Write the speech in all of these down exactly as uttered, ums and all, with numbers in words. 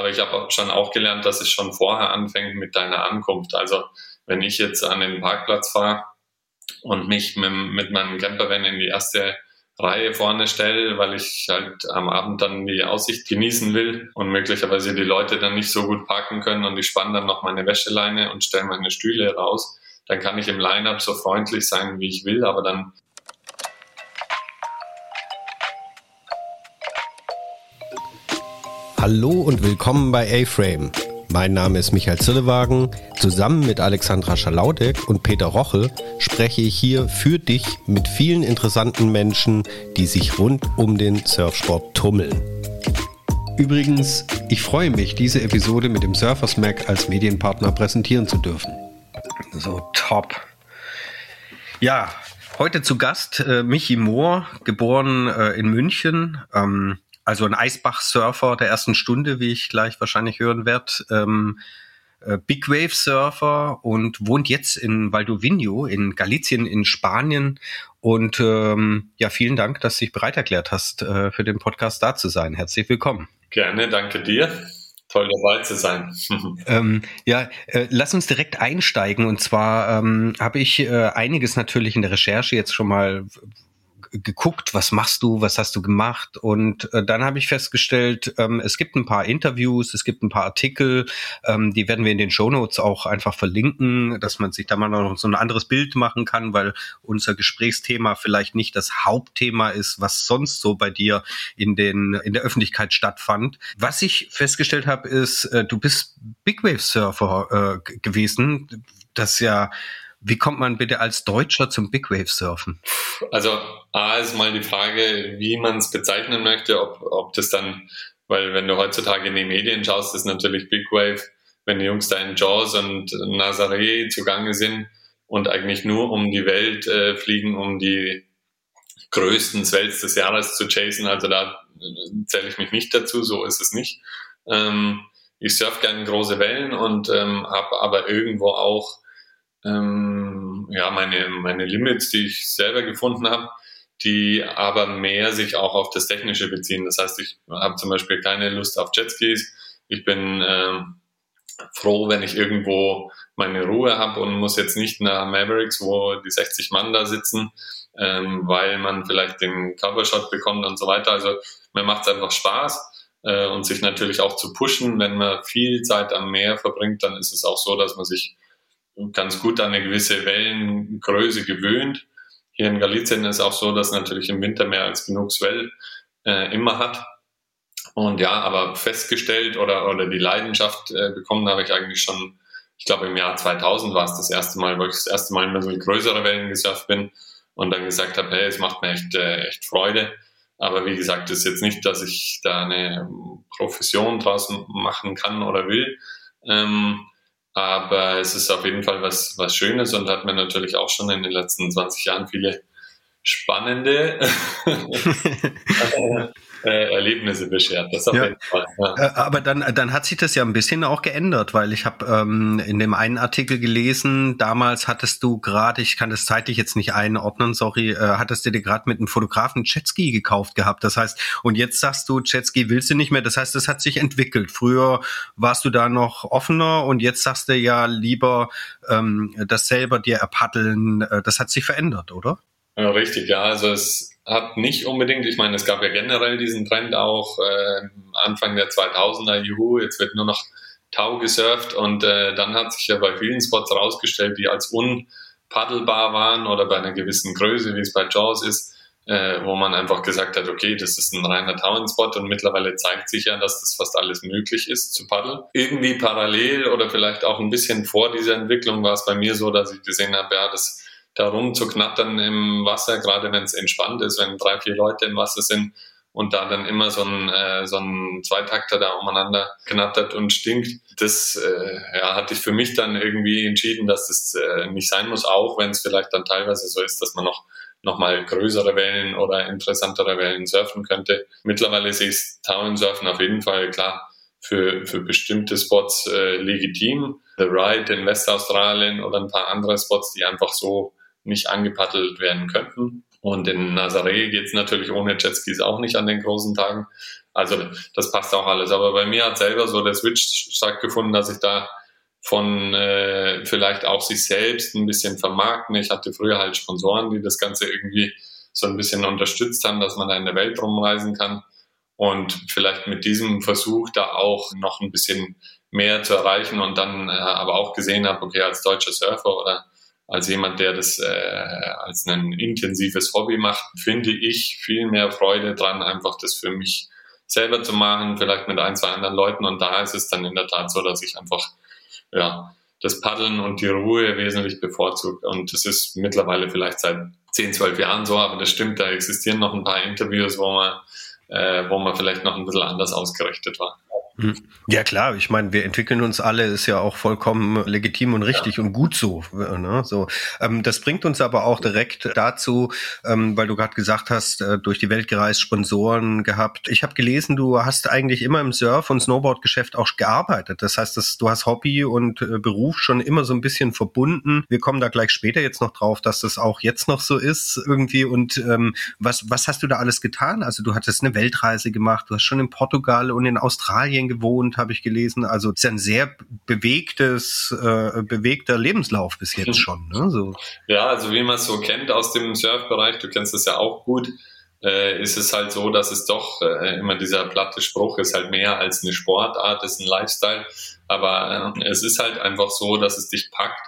Aber ich habe auch schon auch gelernt, dass es schon vorher anfängt mit deiner Ankunft. Also wenn ich jetzt an den Parkplatz fahre und mich mit, mit meinem Campervan in die erste Reihe vorne stelle, weil ich halt am Abend dann die Aussicht genießen will und möglicherweise die Leute dann nicht so gut parken können und ich spanne dann noch meine Wäscheleine und stelle meine Stühle raus, dann kann ich im Line-Up so freundlich sein, wie ich will, aber dann Hallo und willkommen bei A-Frame. Mein Name ist Michael Zillewagen. Zusammen mit Alexandra Schalaudek und Peter Roche spreche ich hier für dich mit vielen interessanten Menschen, die sich rund um den Surfsport tummeln. Übrigens, ich freue mich, diese Episode mit dem Surfers Mag als Medienpartner präsentieren zu dürfen. So, top. Ja, heute zu Gast äh, Michi Mohr, geboren äh, in München, ähm, also ein Eisbach-Surfer der ersten Stunde, wie ich gleich wahrscheinlich hören werde, ähm, äh, Big Wave-Surfer und wohnt jetzt in Valdoviño in Galicien in Spanien. Und ähm, ja, vielen Dank, dass du dich bereit erklärt hast, äh, für den Podcast da zu sein. Herzlich willkommen. Gerne, danke dir. Toll dabei zu sein. ähm, ja, äh, lass uns direkt einsteigen. Und zwar ähm, habe ich äh, einiges natürlich in der Recherche jetzt schon mal geguckt, was machst du, was hast du gemacht, und äh, dann habe ich festgestellt, ähm, es gibt ein paar Interviews, es gibt ein paar Artikel, ähm, die werden wir in den Shownotes auch einfach verlinken, dass man sich da mal noch so ein anderes Bild machen kann, weil unser Gesprächsthema vielleicht nicht das Hauptthema ist, was sonst so bei dir in den in der Öffentlichkeit stattfand. Was ich festgestellt habe, ist, äh, du bist Big Wave Surfer äh, gewesen. Das ja Wie kommt man bitte als Deutscher zum Big Wave Surfen? Also A ist mal die Frage, wie man es bezeichnen möchte, ob, ob das dann, weil wenn du heutzutage in die Medien schaust, ist natürlich Big Wave, wenn die Jungs da in Jaws und Nazaré zugange sind und eigentlich nur um die Welt äh, fliegen, um die größten Swells des Jahres zu chasen. Also da zähle ich mich nicht dazu, so ist es nicht. Ähm, ich surfe gerne große Wellen und ähm, habe aber irgendwo auch Ähm, ja, meine, meine Limits, die ich selber gefunden habe, die aber mehr sich auch auf das Technische beziehen. Das heißt, ich habe zum Beispiel keine Lust auf Jetskis. Ich bin ähm, froh, wenn ich irgendwo meine Ruhe habe und muss jetzt nicht nach Mavericks, wo die sechzig Mann da sitzen, ähm, weil man vielleicht den Covershot bekommt und so weiter. Also mir macht es einfach Spaß äh, und sich natürlich auch zu pushen. Wenn man viel Zeit am Meer verbringt, dann ist es auch so, dass man sich ganz gut an eine gewisse Wellengröße gewöhnt. Hier in Galicien ist es auch so, dass natürlich im Winter mehr als genug Swell äh, immer hat. Und ja, aber festgestellt oder oder die Leidenschaft äh, bekommen habe ich eigentlich schon, ich glaube im Jahr zweitausend war es das erste Mal, wo ich das erste Mal in ein bisschen größere Wellen gesurft bin und dann gesagt habe, hey, es macht mir echt, äh, echt Freude. Aber wie gesagt, das ist jetzt nicht, dass ich da eine Profession draus machen kann oder will. Ähm, Aber es ist auf jeden Fall was, was Schönes und hat mir natürlich auch schon in den letzten zwanzig Jahren viele spannende äh, Erlebnisse beschert. Das auf ja. jeden Fall. Ja. Aber dann, dann hat sich das ja ein bisschen auch geändert, weil ich habe ähm, in dem einen Artikel gelesen, damals hattest du gerade, ich kann das zeitlich jetzt nicht einordnen, sorry, äh, hattest du dir gerade mit einem Fotografen Jetski gekauft gehabt. Das heißt, und jetzt sagst du, Jetski willst du nicht mehr. Das heißt, das hat sich entwickelt. Früher warst du da noch offener und jetzt sagst du ja lieber ähm, das selber dir erpaddeln. Das hat sich verändert, oder? Ja, richtig, ja. Also es hat nicht unbedingt, ich meine, es gab ja generell diesen Trend auch äh, Anfang der zweitausender, juhu, jetzt wird nur noch Tau gesurft und äh, dann hat sich ja bei vielen Spots rausgestellt, die als unpaddelbar waren oder bei einer gewissen Größe, wie es bei Jaws ist, äh, wo man einfach gesagt hat, okay, das ist ein reiner Tauenspot und mittlerweile zeigt sich ja, dass das fast alles möglich ist zu paddeln. Irgendwie parallel oder vielleicht auch ein bisschen vor dieser Entwicklung war es bei mir so, dass ich gesehen habe, ja, das da rumzuknattern im Wasser, gerade wenn es entspannt ist, wenn drei, vier Leute im Wasser sind und da dann immer so ein, äh, so ein Zweitakter da umeinander knattert und stinkt. Das äh, ja, hatte ich für mich dann irgendwie entschieden, dass das äh, nicht sein muss, auch wenn es vielleicht dann teilweise so ist, dass man noch, noch mal größere Wellen oder interessantere Wellen surfen könnte. Mittlerweile sehe ich Tauensurfen auf jeden Fall, klar, für, für bestimmte Spots äh, legitim. The Ride in Westaustralien oder ein paar andere Spots, die einfach so nicht angepaddelt werden könnten. Und in Nazaré geht es natürlich ohne Jetskis auch nicht an den großen Tagen. Also das passt auch alles. Aber bei mir hat selber so der Switch stattgefunden, dass ich da von äh, vielleicht auch sich selbst ein bisschen vermarkten. Ich hatte früher halt Sponsoren, die das Ganze irgendwie so ein bisschen unterstützt haben, dass man da in der Welt rumreisen kann. Und vielleicht mit diesem Versuch da auch noch ein bisschen mehr zu erreichen und dann äh, aber auch gesehen habe, okay, als deutscher Surfer oder als jemand, der das äh, als ein intensives Hobby macht, finde ich viel mehr Freude dran, einfach das für mich selber zu machen, vielleicht mit ein, zwei anderen Leuten. Und da ist es dann in der Tat so, dass ich einfach ja das Paddeln und die Ruhe wesentlich bevorzugt. Und das ist mittlerweile vielleicht seit zehn, zwölf Jahren so, aber das stimmt, da existieren noch ein paar Interviews, wo man, äh, wo man vielleicht noch ein bisschen anders ausgerichtet war. Ja klar, ich meine, wir entwickeln uns alle, ist ja auch vollkommen legitim und richtig ja. und gut so. Ne? So, ähm, das bringt uns aber auch direkt dazu, ähm, weil du gerade gesagt hast, äh, durch die Welt gereist, Sponsoren gehabt. Ich habe gelesen, du hast eigentlich immer im Surf- und Snowboard-Geschäft auch gearbeitet. Das heißt, dass du hast Hobby und äh, Beruf schon immer so ein bisschen verbunden. Wir kommen da gleich später jetzt noch drauf, dass das auch jetzt noch so ist irgendwie. Und ähm, was was hast du da alles getan? Also du hattest eine Weltreise gemacht, du hast schon in Portugal und in Australien gewohnt, habe ich gelesen. Also es ist ein sehr bewegtes, äh, bewegter Lebenslauf bis jetzt schon. Ne? So. Ja, also wie man es so kennt aus dem Surfbereich, du kennst es ja auch gut, äh, ist es halt so, dass es doch äh, immer dieser platte Spruch ist, halt mehr als eine Sportart, ist ein Lifestyle. Aber äh, es ist halt einfach so, dass es dich packt.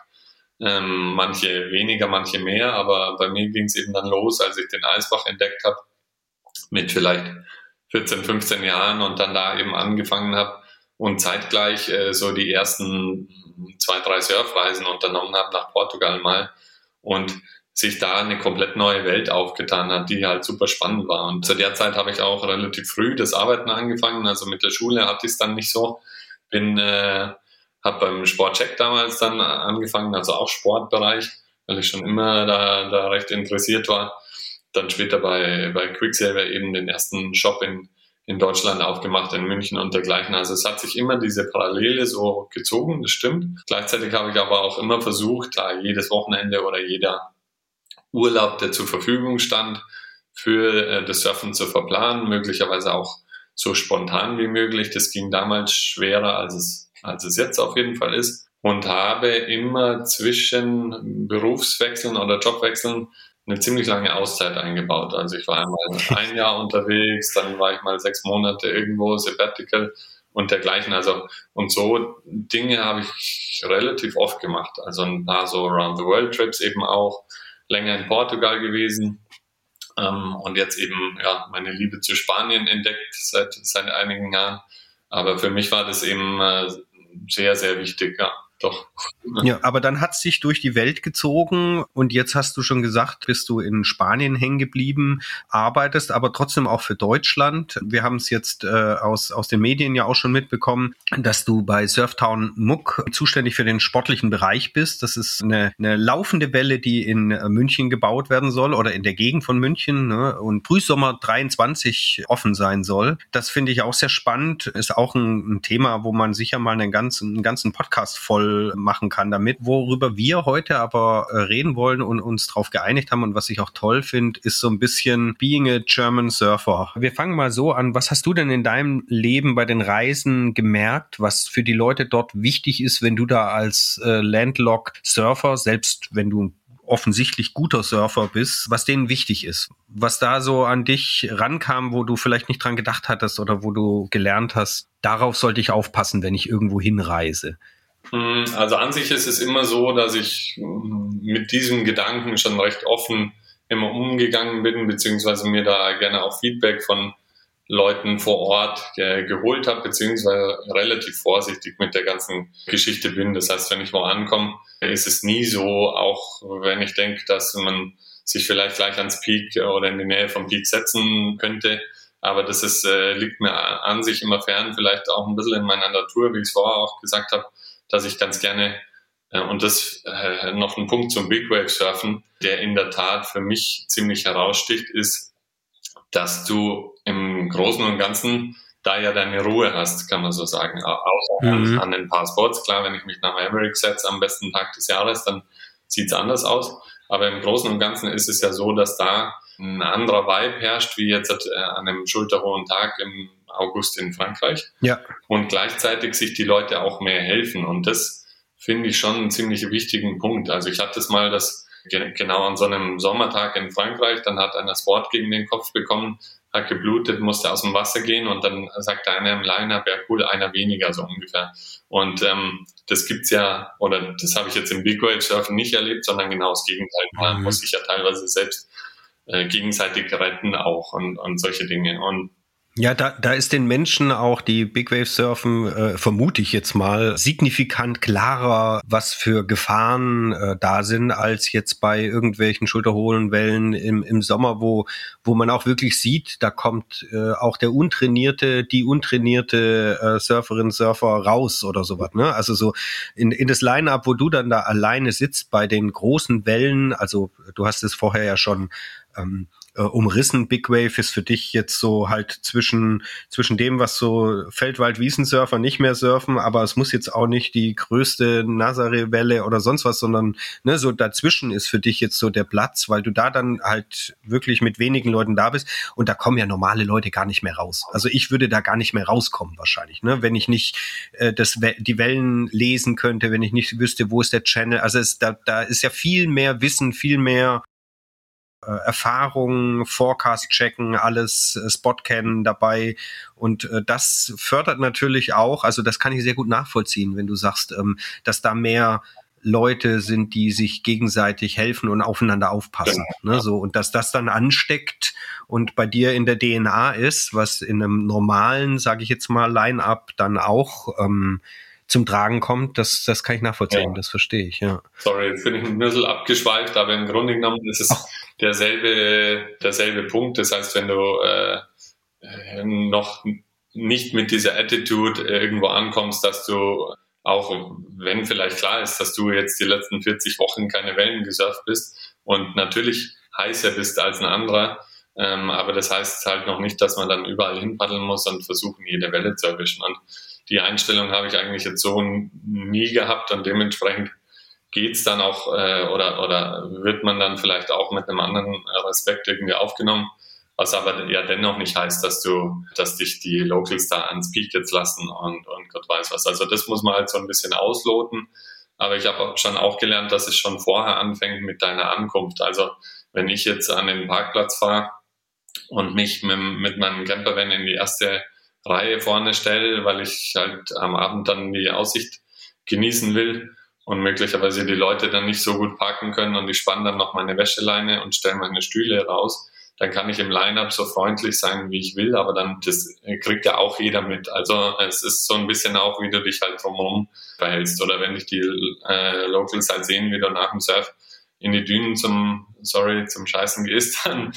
Ähm, manche weniger, manche mehr. Aber bei mir ging es eben dann los, als ich den Eisbach entdeckt habe, mit vielleicht vierzehn, fünfzehn Jahren und dann da eben angefangen habe und zeitgleich äh, so die ersten zwei, drei Surfreisen unternommen habe nach Portugal mal und sich da eine komplett neue Welt aufgetan hat, die halt super spannend war. Und zu der Zeit habe ich auch relativ früh das Arbeiten angefangen, also mit der Schule hatte ich es dann nicht so. Bin, äh, habe beim Sportcheck damals dann angefangen, also auch Sportbereich, weil ich schon immer da, da recht interessiert war. Dann später bei, bei Quiksilver eben den ersten Shop in, in Deutschland aufgemacht, in München und dergleichen. Also es hat sich immer diese Parallele so gezogen, das stimmt. Gleichzeitig habe ich aber auch immer versucht, da jedes Wochenende oder jeder Urlaub, der zur Verfügung stand, für äh, das Surfen zu verplanen, möglicherweise auch so spontan wie möglich. Das ging damals schwerer, als es, als es jetzt auf jeden Fall ist. Und habe immer zwischen Berufswechseln oder Jobwechseln eine ziemlich lange Auszeit eingebaut. Also ich war einmal ein Jahr unterwegs, dann war ich mal sechs Monate irgendwo, Sabbatical und dergleichen. Also und so Dinge habe ich relativ oft gemacht. Also ein paar so Around-the-World-Trips eben auch, länger in Portugal gewesen ähm, und jetzt eben ja meine Liebe zu Spanien entdeckt seit, seit einigen Jahren. Aber für mich war das eben äh, sehr, sehr wichtig, ja. Doch. Ja, aber dann hat es sich durch die Welt gezogen und jetzt hast du schon gesagt, bist du in Spanien hängen geblieben, arbeitest aber trotzdem auch für Deutschland. Wir haben es jetzt äh, aus aus den Medien ja auch schon mitbekommen, dass du bei Surftown Muck zuständig für den sportlichen Bereich bist. Das ist eine, eine laufende Welle, die in München gebaut werden soll oder in der Gegend von München, ne? Und Frühsommer dreiundzwanzig offen sein soll. Das finde ich auch sehr spannend. Ist auch ein, ein Thema, wo man sicher mal einen ganzen, einen ganzen Podcast voll machen kann damit. Worüber wir heute aber äh, reden wollen und uns darauf geeinigt haben und was ich auch toll finde, ist so ein bisschen Being a German Surfer. Wir fangen mal so an. Was hast du denn in deinem Leben bei den Reisen gemerkt, was für die Leute dort wichtig ist, wenn du da als äh, Landlocked Surfer, selbst wenn du offensichtlich guter Surfer bist, was denen wichtig ist? Was da so an dich rankam, wo du vielleicht nicht dran gedacht hattest oder wo du gelernt hast, darauf sollte ich aufpassen, wenn ich irgendwo hinreise? Also an sich ist es immer so, dass ich mit diesem Gedanken schon recht offen immer umgegangen bin, beziehungsweise mir da gerne auch Feedback von Leuten vor Ort äh, geholt habe, beziehungsweise relativ vorsichtig mit der ganzen Geschichte bin. Das heißt, wenn ich wo ankomme, ist es nie so, auch wenn ich denke, dass man sich vielleicht gleich ans Peak oder in die Nähe vom Peak setzen könnte. Aber das ist, äh, liegt mir an sich immer fern, vielleicht auch ein bisschen in meiner Natur, wie ich es vorher auch gesagt habe, dass ich ganz gerne, äh, und das äh, noch ein Punkt zum Big Wave Surfen, der in der Tat für mich ziemlich heraussticht, ist, dass du im Großen und Ganzen da ja deine Ruhe hast, kann man so sagen. Außer mhm. an, an den paar Spots. Klar, wenn ich mich nach Maverick setze am besten Tag des Jahres, dann sieht's anders aus. Aber im Großen und Ganzen ist es ja so, dass da ein anderer Vibe herrscht, wie jetzt äh, an einem schulterhohen Tag im August in Frankreich. Ja. Und gleichzeitig sich die Leute auch mehr helfen. Und das finde ich schon einen ziemlich wichtigen Punkt. Also ich hatte es mal, dass genau an so einem Sommertag in Frankreich, dann hat einer Sport gegen den Kopf bekommen, hat geblutet, musste aus dem Wasser gehen und dann sagte einer im Line-Up, ja cool, einer weniger so ungefähr. Und ähm, das gibt's ja, oder das habe ich jetzt im Big Wave Surfen nicht erlebt, sondern genau das Gegenteil. Man Mhm. muss sich ja teilweise selbst äh, gegenseitig retten auch und, und solche Dinge. Und Ja, da, da ist den Menschen auch, die Big Wave surfen, äh, vermute ich jetzt mal, signifikant klarer, was für Gefahren äh, da sind, als jetzt bei irgendwelchen schulterhohlen Wellen im, im Sommer, wo, wo man auch wirklich sieht, da kommt äh, auch der untrainierte, die untrainierte äh, Surferin, Surfer raus oder sowas, ne? Also so in, in das Line-Up, wo du dann da alleine sitzt bei den großen Wellen, also du hast es vorher ja schon ähm, Uh, umrissen. Big Wave ist für dich jetzt so halt zwischen zwischen dem, was so Feldwald-Wiesensurfer nicht mehr surfen, aber es muss jetzt auch nicht die größte Nazaré-Welle oder sonst was, sondern ne, so dazwischen ist für dich jetzt so der Platz, weil du da dann halt wirklich mit wenigen Leuten da bist und da kommen ja normale Leute gar nicht mehr raus. Also ich würde da gar nicht mehr rauskommen wahrscheinlich, ne, wenn ich nicht äh, das die Wellen lesen könnte, wenn ich nicht wüsste, wo ist der Channel. Also es, da da ist ja viel mehr Wissen, viel mehr Äh, Erfahrungen, Forecast checken, alles äh, Spot kennen dabei und äh, das fördert natürlich auch, also das kann ich sehr gut nachvollziehen, wenn du sagst, ähm, dass da mehr Leute sind, die sich gegenseitig helfen und aufeinander aufpassen, genau. Ne, so und dass das dann ansteckt und bei dir in der D N A ist, was in einem normalen, sage ich jetzt mal, Line-Up dann auch ähm, zum Tragen kommt, das, das kann ich nachvollziehen, ja. Das verstehe ich, ja. Sorry, jetzt bin ich ein bisschen abgeschweift, aber im Grunde genommen ist es oh. derselbe, derselbe Punkt. Das heißt, wenn du äh, noch nicht mit dieser Attitude irgendwo ankommst, dass du auch, wenn vielleicht klar ist, dass du jetzt die letzten vierzig Wochen keine Wellen gesurft bist und natürlich heißer bist als ein anderer, ähm, aber das heißt halt noch nicht, dass man dann überall hinpaddeln muss und versuchen, jede Welle zu erwischen. Und die Einstellung habe ich eigentlich jetzt so nie gehabt und dementsprechend geht's dann auch äh, oder oder wird man dann vielleicht auch mit einem anderen Respekt irgendwie aufgenommen, was aber ja dennoch nicht heißt, dass du, dass dich die Locals da ans Peak jetzt lassen und und Gott weiß was. Also das muss man halt so ein bisschen ausloten. Aber ich habe schon auch gelernt, dass es schon vorher anfängt mit deiner Ankunft. Also wenn ich jetzt an den Parkplatz fahre und mich mit, mit meinem Campervan in die erste Reihe vorne stelle, weil ich halt am Abend dann die Aussicht genießen will und möglicherweise die Leute dann nicht so gut parken können und ich spanne dann noch meine Wäscheleine und stelle meine Stühle raus, dann kann ich im Line-Up so freundlich sein, wie ich will, aber dann das kriegt ja auch jeder mit. Also es ist so ein bisschen auch, wie du dich halt drumherum verhältst oder wenn dich die äh, Locals halt sehen, wie du nach dem Surf in die Dünen zum, sorry, zum Scheißen gehst, dann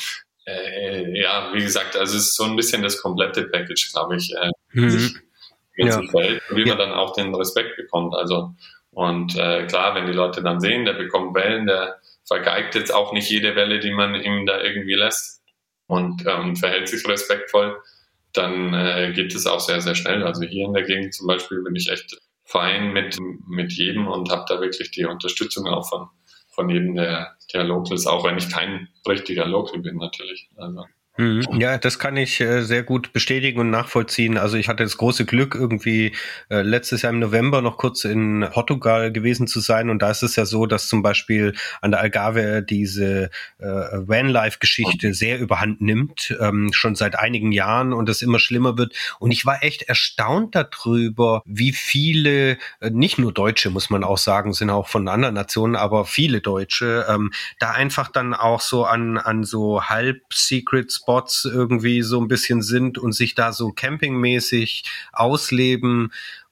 Äh, ja, wie gesagt, also es ist so ein bisschen das komplette Package, glaube ich, äh, mhm. sich, wenn ja. sich verhält, wie ja. man dann auch den Respekt bekommt. Also und äh, klar, wenn die Leute dann sehen, der bekommt Wellen, der vergeigt jetzt auch nicht jede Welle, die man ihm da irgendwie lässt und, äh, und verhält sich respektvoll, dann äh, geht es auch sehr, sehr schnell. Also hier in der Gegend zum Beispiel bin ich echt fein mit mit jedem und habe da wirklich die Unterstützung auch von von jedem der, der Locals, auch wenn ich kein richtiger Local bin natürlich. Also. Ja, das kann ich äh, sehr gut bestätigen und nachvollziehen. Also ich hatte das große Glück, irgendwie äh, letztes Jahr im November noch kurz in Portugal gewesen zu sein. Und da ist es ja so, dass zum Beispiel an der Algarve diese äh, Vanlife-Geschichte sehr überhand nimmt, ähm, schon seit einigen Jahren und es immer schlimmer wird. Und ich war echt erstaunt darüber, wie viele, äh, nicht nur Deutsche, muss man auch sagen, sind auch von anderen Nationen, aber viele Deutsche, ähm, da einfach dann auch so an, an so Halb-Secrets Spots irgendwie so ein bisschen sind und sich da so campingmäßig ausleben,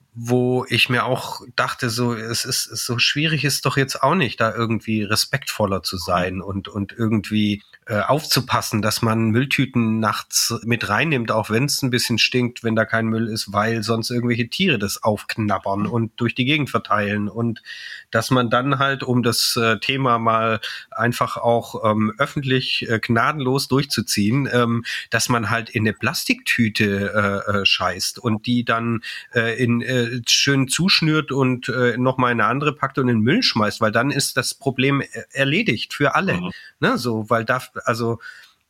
wo ich mir auch dachte, so es ist so schwierig ist doch jetzt auch nicht, da irgendwie respektvoller zu sein und und irgendwie äh, aufzupassen, dass man Mülltüten nachts mit reinnimmt, auch wenn es ein bisschen stinkt, wenn da kein Müll ist, weil sonst irgendwelche Tiere das aufknabbern und durch die Gegend verteilen und dass man dann halt, um das äh, Thema mal einfach auch ähm, öffentlich äh, gnadenlos durchzuziehen, ähm, dass man halt in eine Plastiktüte äh, äh, scheißt und die dann äh, in äh, schön zuschnürt und äh, nochmal eine andere packt und in den Müll schmeißt, weil dann ist das Problem erledigt für alle. Mhm. Ne, so, weil da, also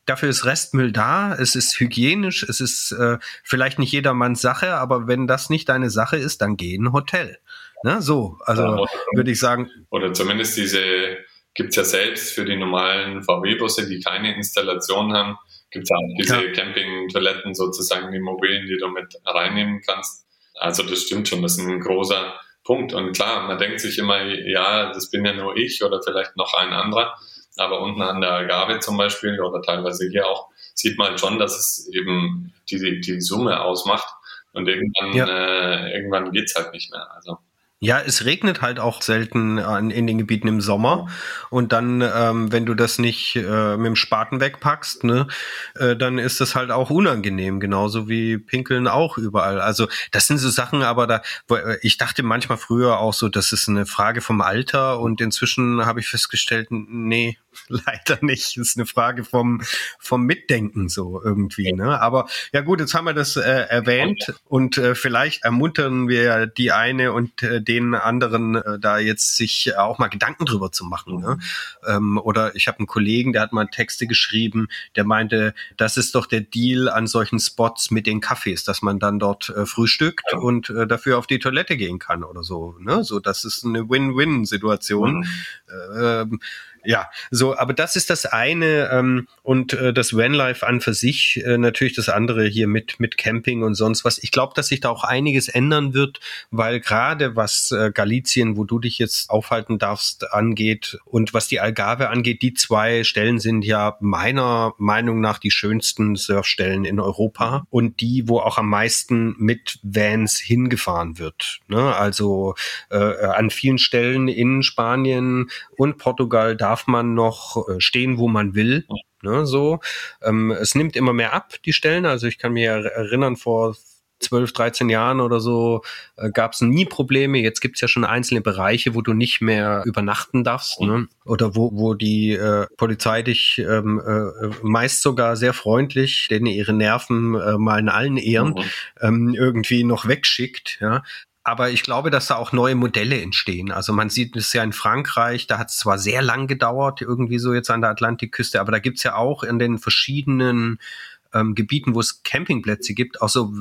dafür ist Restmüll da, es ist hygienisch, es ist äh, vielleicht nicht jedermanns Sache, aber wenn das nicht deine Sache ist, dann geh in ein Hotel. Ne? So, also ja, würde ich sagen. Oder zumindest diese, gibt's ja selbst für die normalen V W-Busse, die keine Installation haben, gibt's auch diese ja. Campingtoiletten sozusagen, die mobilen, die du mit reinnehmen kannst. Also das stimmt schon, das ist ein großer Punkt. Und klar, man denkt sich immer, ja, das bin ja nur ich oder vielleicht noch ein anderer. Aber unten an der Algarve zum Beispiel oder teilweise hier auch, sieht man schon, dass es eben die, die Summe ausmacht. Und irgendwann, ja. äh, irgendwann geht's halt nicht mehr. Also. Ja, es regnet halt auch selten an, in den Gebieten im Sommer und dann, ähm, wenn du das nicht äh, mit dem Spaten wegpackst, ne, äh, dann ist das halt auch unangenehm, genauso wie Pinkeln auch überall. Also das sind so Sachen, aber da, wo, ich dachte manchmal früher auch so, das ist eine Frage vom Alter und inzwischen habe ich festgestellt, nee, leider nicht. Das ist eine Frage vom vom Mitdenken so irgendwie, ne? Aber ja gut, jetzt haben wir das äh, erwähnt und äh, vielleicht ermuntern wir die eine und äh, den anderen äh, da jetzt sich auch mal Gedanken drüber zu machen, ne? Ähm, oder ich habe einen Kollegen, der hat mal Texte geschrieben, der meinte, das ist doch der Deal an solchen Spots mit den Cafés, dass man dann dort äh, frühstückt ja. und äh, dafür auf die Toilette gehen kann oder so, ne? So, das ist eine Win-Win-Situation. Mhm. Ähm, Ja, so, aber das ist das eine ähm, und äh, das Vanlife an für sich äh, natürlich das andere hier mit mit Camping und sonst was. Ich glaube, dass sich da auch einiges ändern wird, weil gerade was äh, Galizien, wo du dich jetzt aufhalten darfst, angeht und was die Algarve angeht, die zwei Stellen sind ja meiner Meinung nach die schönsten Surfstellen in Europa und die, wo auch am meisten mit Vans hingefahren wird. Ne? Also äh, an vielen Stellen in Spanien und Portugal da darf man noch stehen, wo man will, ne, so. Ähm, es nimmt immer mehr ab, die Stellen. Also ich kann mir erinnern, vor zwölf, dreizehn Jahren oder so äh, gab es nie Probleme. Jetzt gibt es ja schon einzelne Bereiche, wo du nicht mehr übernachten darfst, ne? Oder wo wo die äh, Polizei dich ähm, äh, meist sogar sehr freundlich, denen ihre Nerven äh, mal in allen Ehren mhm. ähm, irgendwie noch wegschickt, ja. Aber ich glaube, dass da auch neue Modelle entstehen. Also man sieht es ja in Frankreich, da hat es zwar sehr lang gedauert, irgendwie so jetzt an der Atlantikküste, aber da gibt's ja auch in den verschiedenen ähm, Gebieten, wo es Campingplätze gibt, auch so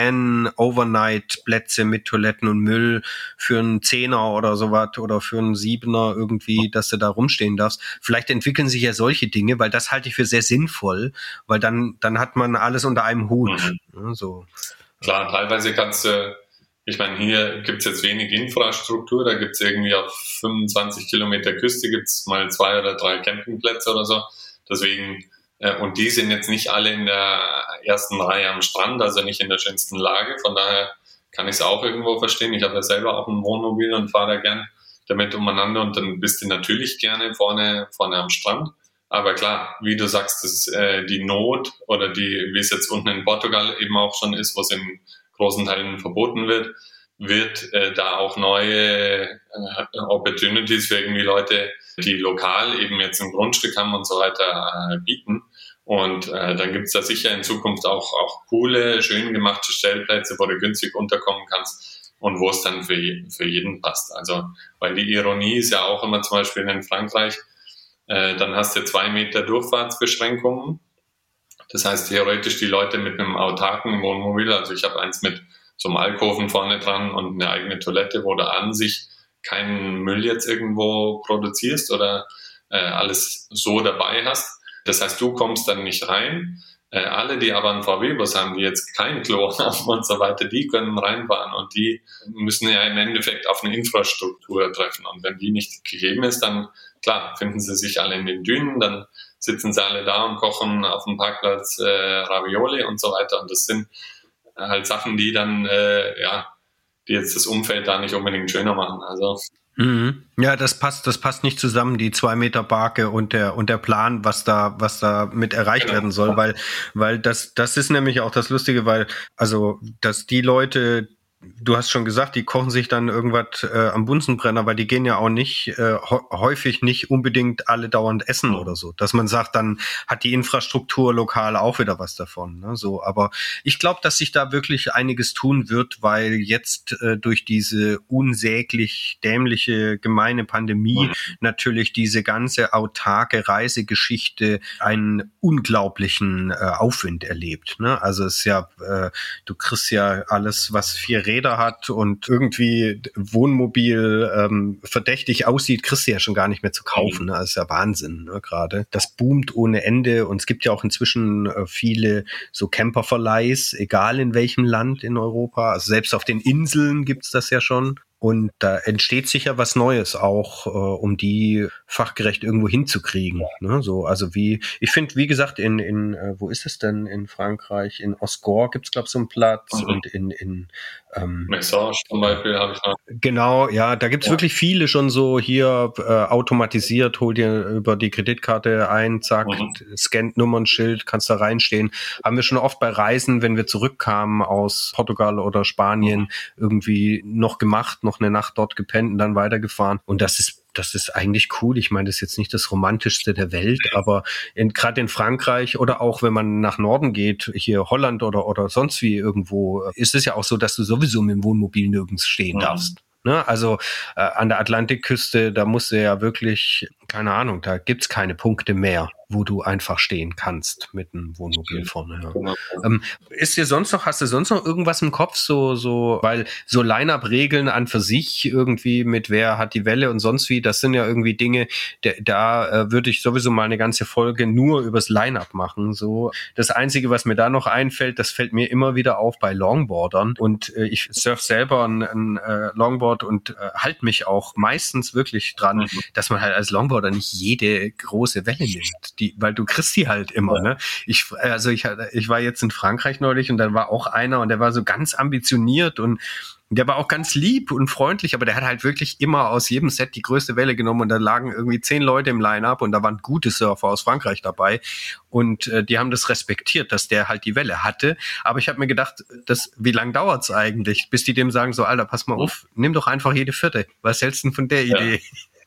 Van-Overnight-Plätze mit Toiletten und Müll für einen Zehner oder sowas oder für einen Siebener irgendwie, dass du da rumstehen darfst. Vielleicht entwickeln sich ja solche Dinge, weil das halte ich für sehr sinnvoll, weil dann dann hat man alles unter einem Hut. Mhm. Ja, so. Klar, teilweise kannst du Ich meine, hier gibt's jetzt wenig Infrastruktur, da gibt's irgendwie auf fünfundzwanzig Kilometer Küste gibt's mal zwei oder drei Campingplätze oder so. Deswegen, äh, und die sind jetzt nicht alle in der ersten Reihe am Strand, also nicht in der schönsten Lage. Von daher kann ich es auch irgendwo verstehen. Ich habe ja selber auch ein Wohnmobil und fahre da gern damit umeinander und dann bist du natürlich gerne vorne, vorne am Strand. Aber klar, wie du sagst, das ist, äh, die Not oder die, wie es jetzt unten in Portugal eben auch schon ist, wo es in großen Teilen verboten wird, wird äh, da auch neue äh, Opportunities für irgendwie Leute, die lokal eben jetzt ein Grundstück haben und so weiter äh, bieten. Und äh, dann gibt's da sicher in Zukunft auch, auch coole, schön gemachte Stellplätze, wo du günstig unterkommen kannst und wo es dann für, für jeden passt. Also, weil die Ironie ist ja auch immer zum Beispiel in Frankreich, äh, dann hast du zwei Meter Durchfahrtsbeschränkungen. Das heißt, theoretisch die Leute mit einem autarken Wohnmobil, also ich habe eins mit so einem Alkoven vorne dran und eine eigene Toilette, wo du an sich keinen Müll jetzt irgendwo produzierst oder äh, alles so dabei hast. Das heißt, du kommst dann nicht rein. Äh, alle, die aber einen V W-Bus haben, die jetzt kein Klo haben und so weiter, die können reinfahren und die müssen ja im Endeffekt auf eine Infrastruktur treffen. Und wenn die nicht gegeben ist, dann klar, finden sie sich alle in den Dünen, dann sitzen sie alle da und kochen auf dem Parkplatz äh, Ravioli und so weiter. Und das sind halt Sachen, die dann, äh, ja, die jetzt das Umfeld da nicht unbedingt schöner machen. Also mhm. Ja, das passt, das passt nicht zusammen, die zwei Meter Barke und der und der Plan, was da, was da mit erreicht genau. werden soll, weil, weil das, das ist nämlich auch das Lustige, weil, also, dass die Leute, du hast schon gesagt, die kochen sich dann irgendwas äh, am Bunsenbrenner, weil die gehen ja auch nicht, äh, häufig nicht unbedingt alle dauernd essen oder so. Dass man sagt, dann hat die Infrastruktur lokal auch wieder was davon. Ne? So, aber ich glaube, dass sich da wirklich einiges tun wird, weil jetzt äh, durch diese unsäglich dämliche, gemeine Pandemie mhm. natürlich diese ganze autarke Reisegeschichte einen unglaublichen äh, Aufwind erlebt. Ne? Also es ist ja, äh, du kriegst ja alles, was vier Räder hat und irgendwie Wohnmobil ähm, verdächtig aussieht, kriegst du ja schon gar nicht mehr zu kaufen. Ne? Das ist ja Wahnsinn, ne, gerade. Das boomt ohne Ende und es gibt ja auch inzwischen äh, viele so Camperverleihs, egal in welchem Land in Europa. Also selbst auf den Inseln gibt's das ja schon. Und da entsteht sicher was Neues auch, äh, um die fachgerecht irgendwo hinzukriegen. Ne? So, also wie, ich finde, wie gesagt, in, in äh, wo ist es denn in Frankreich? In Osgore gibt's, glaube ich, so einen Platz mhm. und in, in ähm, Message zum Beispiel habe ich noch. Genau, ja, da gibt's ja. wirklich viele schon so hier äh, automatisiert, hol dir über die Kreditkarte ein, zack, mhm. scannt Nummernschild, kannst da reinstehen. Haben wir schon oft bei Reisen, wenn wir zurückkamen aus Portugal oder Spanien, mhm. irgendwie noch gemacht, noch eine Nacht dort gepennt und dann weitergefahren. Und das ist Das ist eigentlich cool. Ich meine, das ist jetzt nicht das Romantischste der Welt, aber gerade in Frankreich oder auch wenn man nach Norden geht, hier Holland oder oder sonst wie irgendwo, ist es ja auch so, dass du sowieso mit dem Wohnmobil nirgends stehen mhm. darfst. Ne? Also äh, an der Atlantikküste, da musst du ja wirklich, keine Ahnung, da gibt's keine Punkte mehr, wo du einfach stehen kannst mit einem Wohnmobil vorne. Ja. Genau. Ähm, ist dir sonst noch, hast du sonst noch irgendwas im Kopf, so, so, weil so Line-Up-Regeln an für sich irgendwie mit wer hat die Welle und sonst wie, das sind ja irgendwie Dinge, da, da äh, würde ich sowieso mal eine ganze Folge nur übers Line-Up machen. So, das Einzige, was mir da noch einfällt, das fällt mir immer wieder auf bei Longboardern und äh, ich surf selber ein, ein äh, Longboard und äh, halt mich auch meistens wirklich dran, mhm. dass man halt als Longboarder nicht jede große Welle nimmt. Die, weil du kriegst die halt immer, ja. ne? Ich, also ich, ich war jetzt in Frankreich neulich und dann war auch einer und der war so ganz ambitioniert und der war auch ganz lieb und freundlich, aber der hat halt wirklich immer aus jedem Set die größte Welle genommen und da lagen irgendwie zehn Leute im Line-Up und da waren gute Surfer aus Frankreich dabei und äh, die haben das respektiert, dass der halt die Welle hatte. Aber ich habe mir gedacht, das, wie lang dauert's eigentlich, bis die dem sagen so, Alter, pass mal auf, nimm doch einfach jede vierte. Was hältst du denn von der ja. Idee?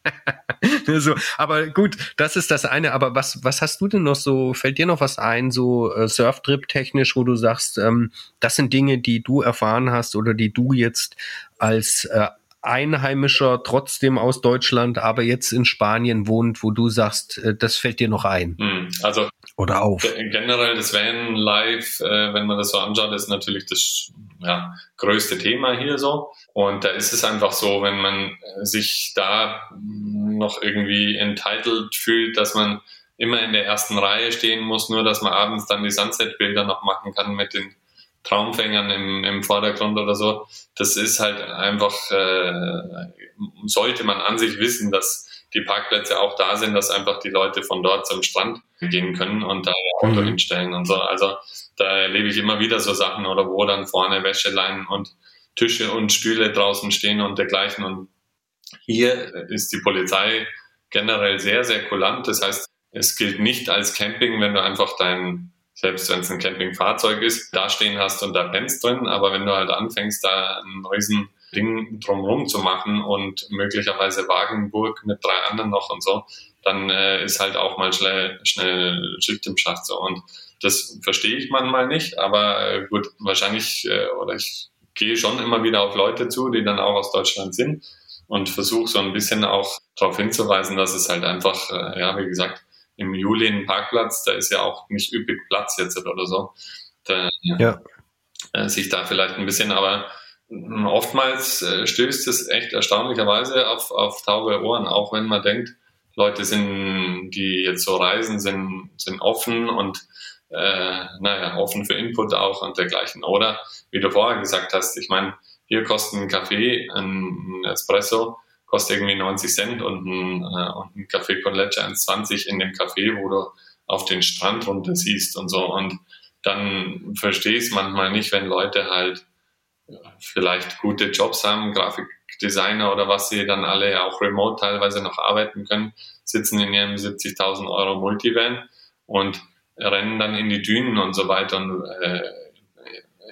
so, aber gut, das ist das eine. Aber was, was hast du denn noch so? Fällt dir noch was ein, so äh, Surftrip technisch, wo du sagst, ähm, das sind Dinge, die du erfahren hast oder die du jetzt als äh, Einheimischer trotzdem aus Deutschland, aber jetzt in Spanien wohnt, wo du sagst, äh, das fällt dir noch ein? Also oder auf? Generell das Van Life, äh, wenn man das so anschaut, ist natürlich das ja, größte Thema hier so. Und da ist es einfach so, wenn man sich da noch irgendwie entitled fühlt, dass man immer in der ersten Reihe stehen muss, nur dass man abends dann die Sunset-Bilder noch machen kann mit den Traumfängern im, im Vordergrund oder so. Das ist halt einfach, äh, sollte man an sich wissen, dass die Parkplätze auch da sind, dass einfach die Leute von dort zum Strand gehen können und da ihr Auto mhm. hinstellen und so. Also da erlebe ich immer wieder so Sachen oder wo dann vorne Wäscheleinen und Tische und Stühle draußen stehen und dergleichen. Und hier ist die Polizei generell sehr, sehr kulant. Das heißt, es gilt nicht als Camping, wenn du einfach dein, selbst wenn es ein Campingfahrzeug ist, da stehen hast und da pennst drin. Aber wenn du halt anfängst, da ein riesen Ding drumherum zu machen und möglicherweise Wagenburg mit drei anderen noch und so, dann äh, ist halt auch mal schnell, schnell Schicht im Schacht so. Und das verstehe ich manchmal nicht, aber äh, gut, wahrscheinlich, äh, oder ich gehe schon immer wieder auf Leute zu, die dann auch aus Deutschland sind und versuche so ein bisschen auch darauf hinzuweisen, dass es halt einfach, äh, ja, wie gesagt, im Juli ein Parkplatz, da ist ja auch nicht üppig Platz jetzt oder so, da, ja. äh, sich da vielleicht ein bisschen, aber oftmals äh, stößt es echt erstaunlicherweise auf, auf taube Ohren, auch wenn man denkt, Leute sind, die jetzt so reisen, sind, sind offen und äh, naja, offen für Input auch und dergleichen. Oder wie du vorher gesagt hast, ich meine, hier kostet ein Kaffee, ein Espresso, kostet irgendwie neunzig Cent und ein, äh, und ein Café con Leche eins zwanzig in dem Café, wo du auf den Strand runter siehst und so. Und dann verstehe ich es manchmal nicht, wenn Leute halt vielleicht gute Jobs haben, Grafikdesigner oder was sie dann alle auch remote teilweise noch arbeiten können, sitzen in ihrem siebzigtausend Euro Multivan und rennen dann in die Dünen und so weiter und äh,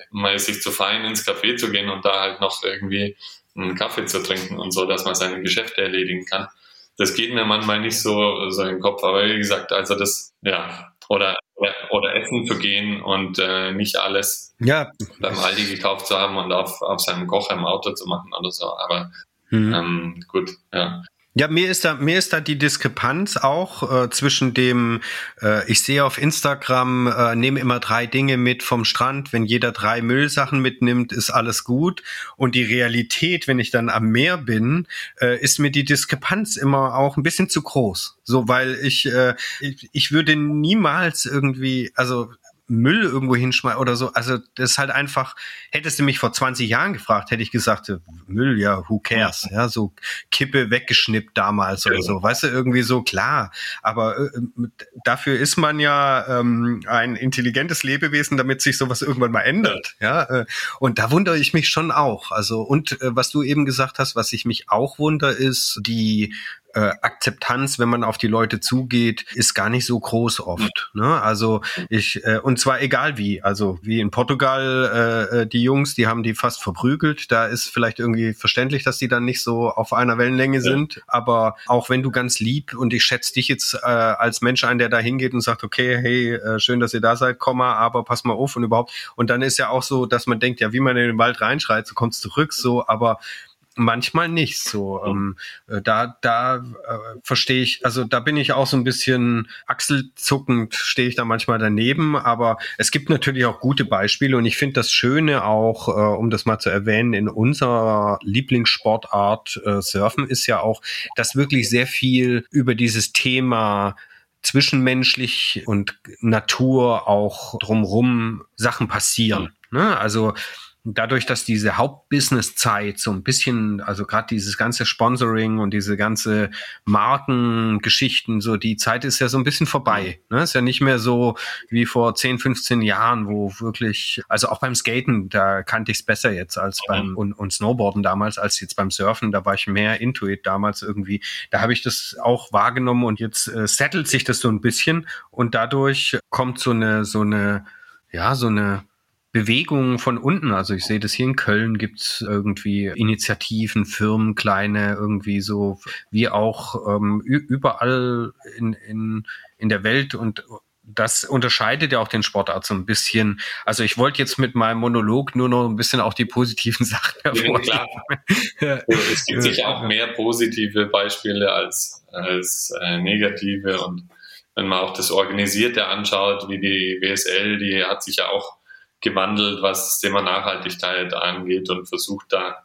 mal sich zu fein ins Café zu gehen und da halt noch irgendwie einen Kaffee zu trinken und so, dass man seine Geschäfte erledigen kann. Das geht mir manchmal nicht so, so im Kopf, aber wie gesagt, also das, ja, oder, oder, oder essen zu gehen und äh, nicht alles ja. beim Aldi gekauft zu haben und auf, auf seinem Kocher im Auto zu machen oder so, aber mhm. ähm, gut, ja. Ja, mir ist da mir ist da die Diskrepanz auch äh, zwischen dem, äh, ich sehe auf Instagram, äh, nehme immer drei Dinge mit vom Strand, wenn jeder drei Müllsachen mitnimmt, ist alles gut. Und die Realität, wenn ich dann am Meer bin, äh, ist mir die Diskrepanz immer auch ein bisschen zu groß. So, weil ich, äh, ich, ich würde niemals irgendwie, also Müll irgendwo hinschmeißen oder so. Also das ist halt einfach, hättest du mich vor zwanzig Jahren gefragt, hätte ich gesagt, Müll, ja, who cares? Ja, so Kippe weggeschnippt damals oder so. Weißt du, irgendwie so, klar. Aber äh, dafür ist man ja ähm, ein intelligentes Lebewesen, damit sich sowas irgendwann mal ändert. Ja, äh, und da wundere ich mich schon auch. Also, und äh, was du eben gesagt hast, was ich mich auch wundere, ist die Äh, Akzeptanz, wenn man auf die Leute zugeht, ist gar nicht so groß oft. Ne? Also ich äh, und zwar egal wie. Also wie in Portugal äh, die Jungs, die haben die fast verprügelt. Da ist vielleicht irgendwie verständlich, dass die dann nicht so auf einer Wellenlänge sind. Ja. Aber auch wenn du ganz lieb und ich schätze dich jetzt äh, als Mensch ein, der da hingeht und sagt, okay, hey, äh, schön, dass ihr da seid, Komma, aber pass mal auf und überhaupt. Und dann ist ja auch so, dass man denkt, ja, wie man in den Wald reinschreit, so kommt's zurück, so, aber manchmal nicht so. Ähm, äh, da da äh, verstehe ich, also da bin ich auch so ein bisschen achselzuckend, stehe ich da manchmal daneben, aber es gibt natürlich auch gute Beispiele und ich finde das Schöne auch, äh, um das mal zu erwähnen, in unserer Lieblingssportart äh, Surfen ist ja auch, dass wirklich sehr viel über dieses Thema zwischenmenschlich und Natur auch drumrum Sachen passieren. Ne? Also dadurch, dass diese Hauptbusiness-Zeit so ein bisschen, also gerade dieses ganze Sponsoring und diese ganze Markengeschichten, so die Zeit ist ja so ein bisschen vorbei. Ne? Ist ja nicht mehr so wie vor zehn, fünfzehn Jahren, wo wirklich, also auch beim Skaten, da kannte ich es besser jetzt als beim und, und Snowboarden damals, als jetzt beim Surfen, da war ich mehr into it damals irgendwie. Da habe ich das auch wahrgenommen und jetzt äh, settelt sich das so ein bisschen und dadurch kommt so eine, so eine, ja, so eine Bewegungen von unten, also ich sehe das hier in Köln, gibt's irgendwie Initiativen, Firmen, kleine, irgendwie so, wie auch ähm, überall in, in, in der Welt und das unterscheidet ja auch den Sportart so ein bisschen. Also ich wollte jetzt mit meinem Monolog nur noch ein bisschen auch die positiven Sachen hervorheben. Ja, klar. Es gibt sicher auch mehr positive Beispiele als, als äh, negative und wenn man auch das Organisierte anschaut, wie die W S L, die hat sich ja auch gewandelt, was das Thema Nachhaltigkeit angeht und versucht da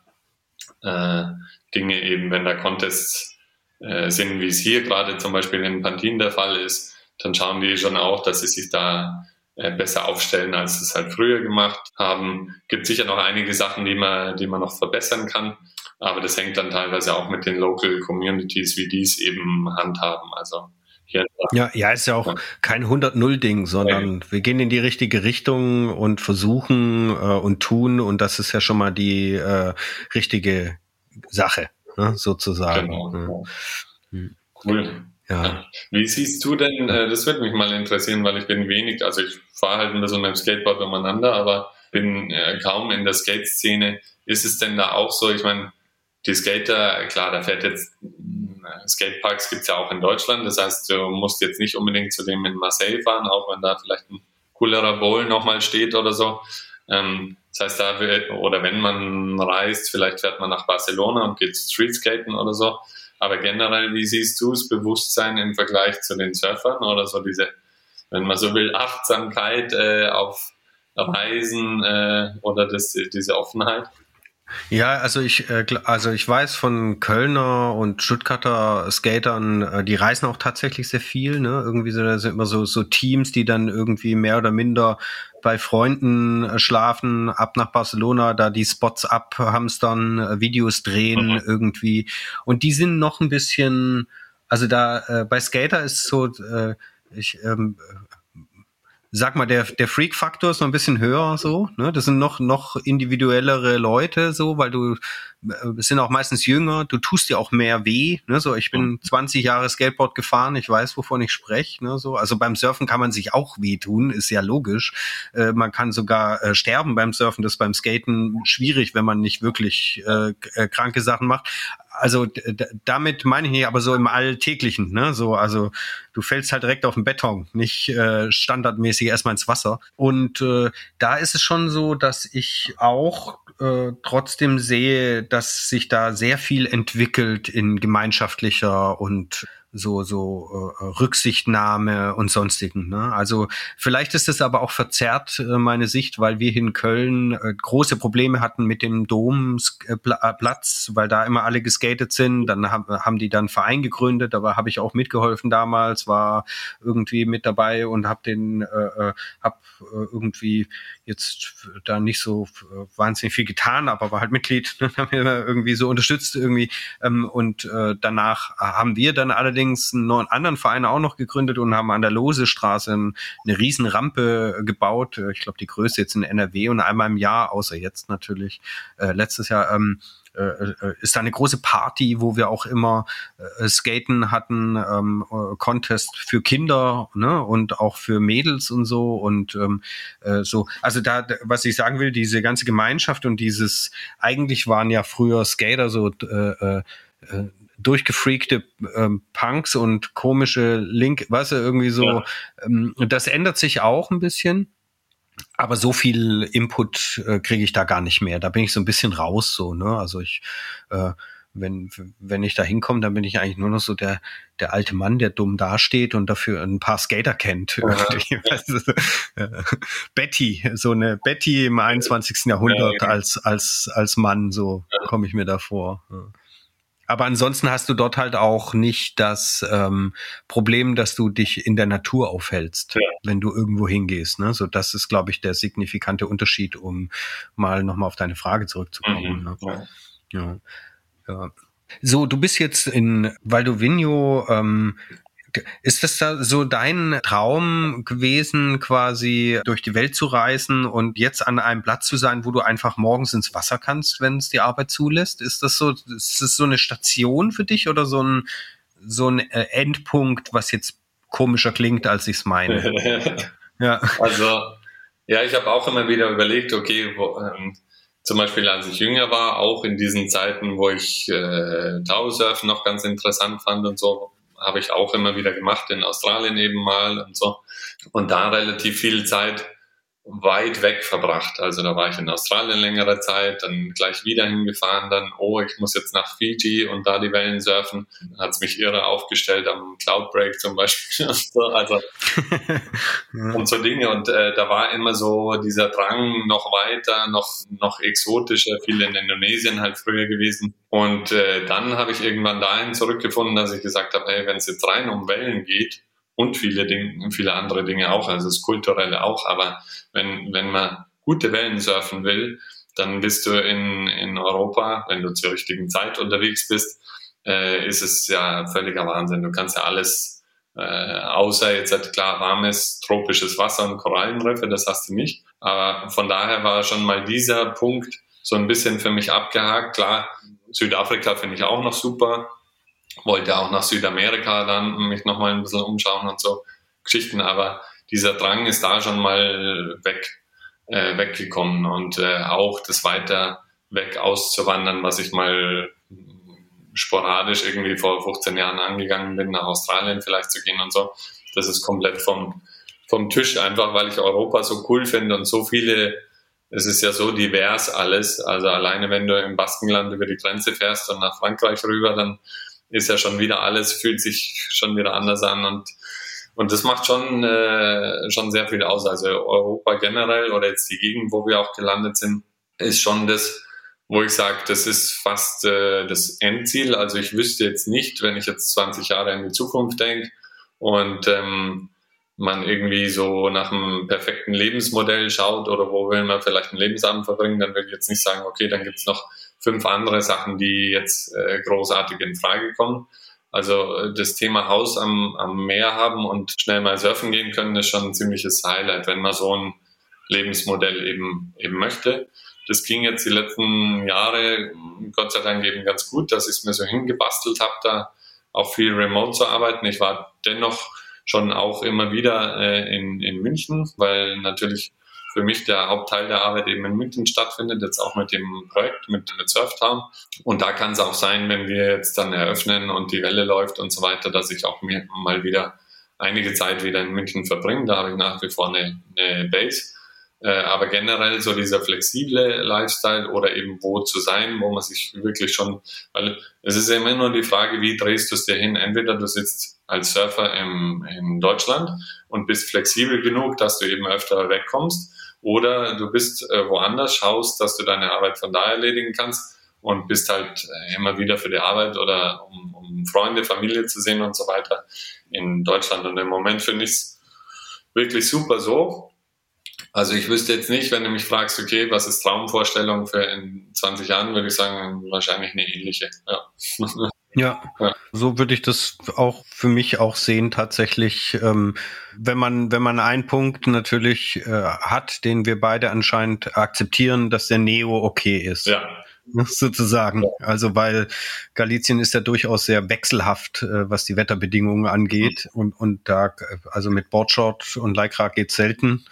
äh, Dinge eben, wenn da Contests äh, sind, wie es hier gerade zum Beispiel in Pantin der Fall ist, dann schauen die schon auch, dass sie sich da äh, besser aufstellen, als sie es halt früher gemacht haben. Gibt sicher noch einige Sachen, die man, die man noch verbessern kann, aber das hängt dann teilweise auch mit den Local Communities, wie die es eben handhaben. Also hier, ja, ja, ist ja auch kein hundert null Ding, sondern ja. wir gehen in die richtige Richtung und versuchen äh, und tun und das ist ja schon mal die äh, richtige Sache, ne, sozusagen. Genau. Ja. Cool. Ja. Ja. Wie siehst du denn, äh, das würde mich mal interessieren, weil ich bin wenig, also ich fahre halt ein bisschen mit dem Skateboard umeinander, aber bin äh, kaum in der Skate-Szene. Ist es denn da auch so, ich meine, die Skater, klar, da fährt jetzt Skateparks gibt's ja auch in Deutschland, das heißt, du musst jetzt nicht unbedingt zu dem in Marseille fahren, auch wenn da vielleicht ein coolerer Bowl nochmal steht oder so. Ähm, das heißt, da wird, oder wenn man reist, vielleicht fährt man nach Barcelona und geht Streetskaten oder so. Aber generell, wie siehst du das Bewusstsein im Vergleich zu den Surfern oder so diese, wenn man so will, Achtsamkeit äh, auf Reisen äh, oder das, diese Offenheit? Ja, also ich, äh, also ich weiß von Kölner und Stuttgarter Skatern, äh, die reisen auch tatsächlich sehr viel, ne? Irgendwie sind das immer so, so Teams, die dann irgendwie mehr oder minder bei Freunden äh, schlafen, ab nach Barcelona, da die Spots abhamstern, äh, Videos drehen mhm. irgendwie. Und die sind noch ein bisschen, also da, äh, bei Skater ist so, äh, ich, ähm, sag mal, der, der Freak-Faktor ist noch ein bisschen höher so, ne? Das sind noch, noch individuellere Leute so, weil du, es sind auch meistens jünger, du tust dir auch mehr weh, ne? So, ich bin zwanzig Jahre Skateboard gefahren, ich weiß, wovon ich spreche, ne? So, also beim Surfen kann man sich auch wehtun, ist ja logisch. Äh, man kann sogar äh, sterben beim Surfen, das ist beim Skaten schwierig, wenn man nicht wirklich äh, äh, kranke Sachen macht. Also d- damit meine ich nicht, aber so im Alltäglichen, ne? So, also du fällst halt direkt auf den Beton, nicht äh, standardmäßig erstmal ins Wasser. Und äh, da ist es schon so, dass ich auch äh, trotzdem sehe, dass sich da sehr viel entwickelt in gemeinschaftlicher und so so äh, Rücksichtnahme und sonstigen. Ne? Also vielleicht ist es aber auch verzerrt, äh, meine Sicht, weil wir hier in Köln äh, große Probleme hatten mit dem Domplatz, weil da immer alle geskatet sind. Dann haben, haben die dann einen Verein gegründet, aber habe ich auch mitgeholfen damals, war irgendwie mit dabei und habe den, äh, hab äh, irgendwie jetzt da nicht so äh, wahnsinnig viel getan, aber war halt Mitglied, haben wir irgendwie so unterstützt irgendwie. Ähm, und äh, danach haben wir dann allerdings einen neuen anderen Verein auch noch gegründet und haben an der Losestraße eine riesen Rampe gebaut. Ich glaube, die größte jetzt in N R W und einmal im Jahr, außer jetzt natürlich, äh, letztes Jahr, ähm, äh, ist da eine große Party, wo wir auch immer äh, Skaten hatten, ähm, äh, Contest für Kinder, ne, und auch für Mädels und so und ähm, äh, so. Also da, was ich sagen will, diese ganze Gemeinschaft und dieses, eigentlich waren ja früher Skater so äh, äh, durchgefreakte ähm, Punks und komische Link, weißt du, irgendwie so, ja. ähm, das ändert sich auch ein bisschen, aber so viel Input äh, kriege ich da gar nicht mehr. Da bin ich so ein bisschen raus, so, ne, also ich, äh, wenn, wenn ich da hinkomme, dann bin ich eigentlich nur noch so der, der alte Mann, der dumm dasteht und dafür ein paar Skater kennt. Ja. Weißt du, äh, Betty, so eine Betty im einundzwanzigsten Jahrhundert ja, ja. als, als, als Mann, so ja. komme ich mir da vor. Ja. Aber ansonsten hast du dort halt auch nicht das ähm, Problem, dass du dich in der Natur aufhältst, ja. wenn du irgendwo hingehst. Ne? So, das ist, glaube ich, der signifikante Unterschied, um mal nochmal auf deine Frage zurückzukommen. Mhm. Ne? Ja. Ja. Ja. So, du bist jetzt in Valdovinho. Ähm, ist das da so dein Traum gewesen, quasi durch die Welt zu reisen und jetzt an einem Platz zu sein, wo du einfach morgens ins Wasser kannst, wenn es die Arbeit zulässt? Ist das so, ist das so eine Station für dich oder so ein, so ein Endpunkt, was jetzt komischer klingt, als ich es meine? Ja. Also, ja, ich habe auch immer wieder überlegt, okay, wo, ähm, zum Beispiel als ich jünger war, auch in diesen Zeiten, wo ich äh, Tausurfen noch ganz interessant fand und so, habe ich auch immer wieder gemacht, in Australien eben mal und so. Und da relativ viel Zeit weit weg verbracht. Also da war ich in Australien längere Zeit, dann gleich wieder hingefahren, dann, oh, ich muss jetzt nach Fiji und da die Wellen surfen. Dann hat es mich irre aufgestellt am Cloudbreak zum Beispiel. Also, und so Dinge. Und äh, da war immer so dieser Drang noch weiter, noch, noch exotischer, viel in Indonesien halt früher gewesen. Und äh, dann habe ich irgendwann dahin zurückgefunden, dass ich gesagt habe, hey, wenn es jetzt rein um Wellen geht, und viele Dinge, viele andere Dinge auch, also das Kulturelle auch, aber wenn, wenn man gute Wellen surfen will, dann bist du in, in Europa, wenn du zur richtigen Zeit unterwegs bist, äh, ist es ja völliger Wahnsinn. Du kannst ja alles, äh, außer jetzt halt klar warmes, tropisches Wasser und Korallenriffe, das hast du nicht. Aber von daher war schon mal dieser Punkt so ein bisschen für mich abgehakt. Klar, Südafrika finde ich auch noch super. Wollte auch nach Südamerika dann mich nochmal ein bisschen umschauen und so Geschichten, aber dieser Drang ist da schon mal weg, äh, weggekommen und äh, auch das weiter weg auszuwandern, was ich mal sporadisch irgendwie vor fünfzehn Jahren angegangen bin, nach Australien vielleicht zu gehen und so, das ist komplett vom, vom Tisch, einfach weil ich Europa so cool finde und so viele, es ist ja so divers alles, also alleine wenn du im Baskenland über die Grenze fährst und nach Frankreich rüber, dann ist ja schon wieder alles, fühlt sich schon wieder anders an und und das macht schon äh, schon sehr viel aus. Also Europa generell oder jetzt die Gegend, wo wir auch gelandet sind, ist schon das, wo ich sage, das ist fast äh, das Endziel. Also ich wüsste jetzt nicht, wenn ich jetzt zwanzig Jahre in die Zukunft denke und ähm, man irgendwie so nach einem perfekten Lebensmodell schaut oder wo will man vielleicht einen Lebensabend verbringen, dann würde ich jetzt nicht sagen, okay, dann gibt's noch fünf andere Sachen, die jetzt äh, großartig in Frage kommen. Also das Thema Haus am, am Meer haben und schnell mal surfen gehen können, ist schon ein ziemliches Highlight, wenn man so ein Lebensmodell eben, eben möchte. Das ging jetzt die letzten Jahre Gott sei Dank eben ganz gut, dass ich es mir so hingebastelt habe, da auch viel remote zu arbeiten. Ich war dennoch schon auch immer wieder äh, in, in München, weil natürlich für mich der Hauptteil der Arbeit eben in München stattfindet, jetzt auch mit dem Projekt, mit, mit Surftown. Und da kann es auch sein, wenn wir jetzt dann eröffnen und die Welle läuft und so weiter, dass ich auch mir mal wieder einige Zeit wieder in München verbringe. Da habe ich nach wie vor eine, eine Base. Äh, aber generell so dieser flexible Lifestyle oder eben wo zu sein, wo man sich wirklich schon, weil es ist ja immer nur die Frage, wie drehst du es dir hin? Entweder du sitzt als Surfer im, in Deutschland und bist flexibel genug, dass du eben öfter wegkommst, oder du bist äh, woanders, schaust, dass du deine Arbeit von da erledigen kannst und bist halt äh, immer wieder für die Arbeit oder um, um Freunde, Familie zu sehen und so weiter in Deutschland. Und im Moment finde ich es wirklich super so. Also ich wüsste jetzt nicht, wenn du mich fragst, okay, was ist Traumvorstellung für in zwanzig Jahren, würde ich sagen, wahrscheinlich eine ähnliche. Ja. Ja, ja, so würde ich das auch für mich auch sehen tatsächlich. Ähm, wenn man wenn man einen Punkt natürlich äh, hat, den wir beide anscheinend akzeptieren, dass der Neo okay ist. Ja. Sozusagen. Also weil Galizien ist ja durchaus sehr wechselhaft, äh, was die Wetterbedingungen angeht. Und und da, also mit Boardshort und Lycra geht's selten.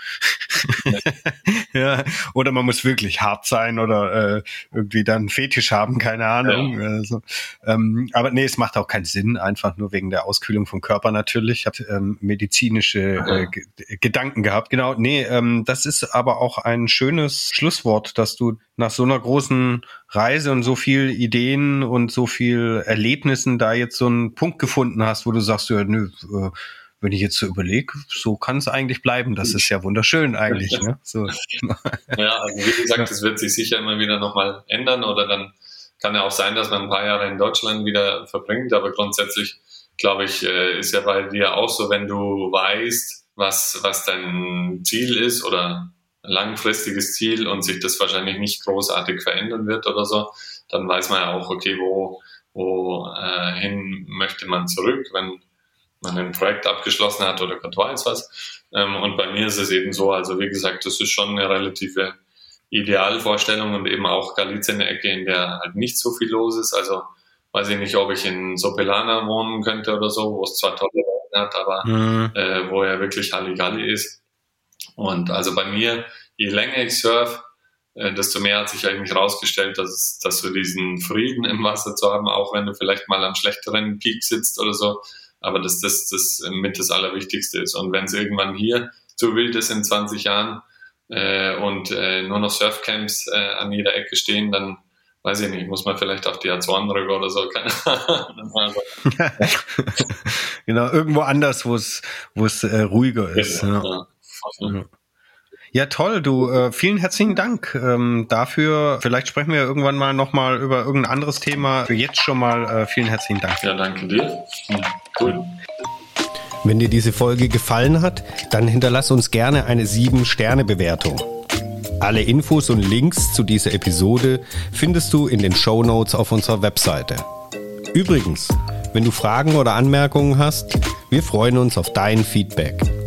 Ja. Oder man muss wirklich hart sein oder äh, irgendwie dann einen Fetisch haben, keine Ahnung. Ja. Also, ähm, aber nee, es macht auch keinen Sinn, einfach nur wegen der Auskühlung vom Körper natürlich. Ich habe ähm, medizinische äh, G- Gedanken gehabt. Genau, nee, ähm, das ist aber auch ein schönes Schlusswort, dass du nach so einer großen Reise und so viel Ideen und so viel Erlebnissen da jetzt so einen Punkt gefunden hast, wo du sagst, ja, nö, äh, wenn ich jetzt so überlege, so kann es eigentlich bleiben. Das ist ja wunderschön eigentlich. Ne? So. Ja, also wie gesagt, das wird sich sicher immer wieder nochmal ändern oder dann kann ja auch sein, dass man ein paar Jahre in Deutschland wieder verbringt, aber grundsätzlich, glaube ich, ist ja bei dir auch so, wenn du weißt, was, was dein Ziel ist oder langfristiges Ziel und sich das wahrscheinlich nicht großartig verändern wird oder so, dann weiß man ja auch, okay, wo, wo äh, hin möchte man zurück, wenn man ein Projekt abgeschlossen hat oder Gott weiß was. Ähm, und bei mir ist es eben so, also wie gesagt, das ist schon eine relative Idealvorstellung und eben auch Galizien eine Ecke, in der halt nicht so viel los ist. Also weiß ich nicht, ob ich in Sopelana wohnen könnte oder so, wo es zwar tolle Orte hat, aber mhm. äh, wo ja wirklich Halligalli ist. Und also bei mir, je länger ich surf, äh, desto mehr hat sich eigentlich rausgestellt, dass, es, dass so diesen Frieden im Wasser zu haben, auch wenn du vielleicht mal am schlechteren Peak sitzt oder so, aber dass das, das mit das Allerwichtigste ist. Und wenn es irgendwann hier zu wild ist in zwanzig Jahren äh, und äh, nur noch Surfcamps äh, an jeder Ecke stehen, dann weiß ich nicht, muss man vielleicht auf die Azoren rüber oder so. Keine Ahnung. Genau, irgendwo anders, wo es wo es äh, ruhiger ist. Ja, ja. Ja. Ja, toll, du, äh, vielen herzlichen Dank ähm, dafür. Vielleicht sprechen wir irgendwann mal nochmal über irgendein anderes Thema. Für jetzt schon mal äh, vielen herzlichen Dank. Ja, danke dir. Ja, cool. Wenn dir diese Folge gefallen hat, dann hinterlass uns gerne eine sieben Sterne Bewertung. Alle Infos und Links zu dieser Episode findest du in den Shownotes auf unserer Webseite. Übrigens, wenn du Fragen oder Anmerkungen hast, wir freuen uns auf dein Feedback.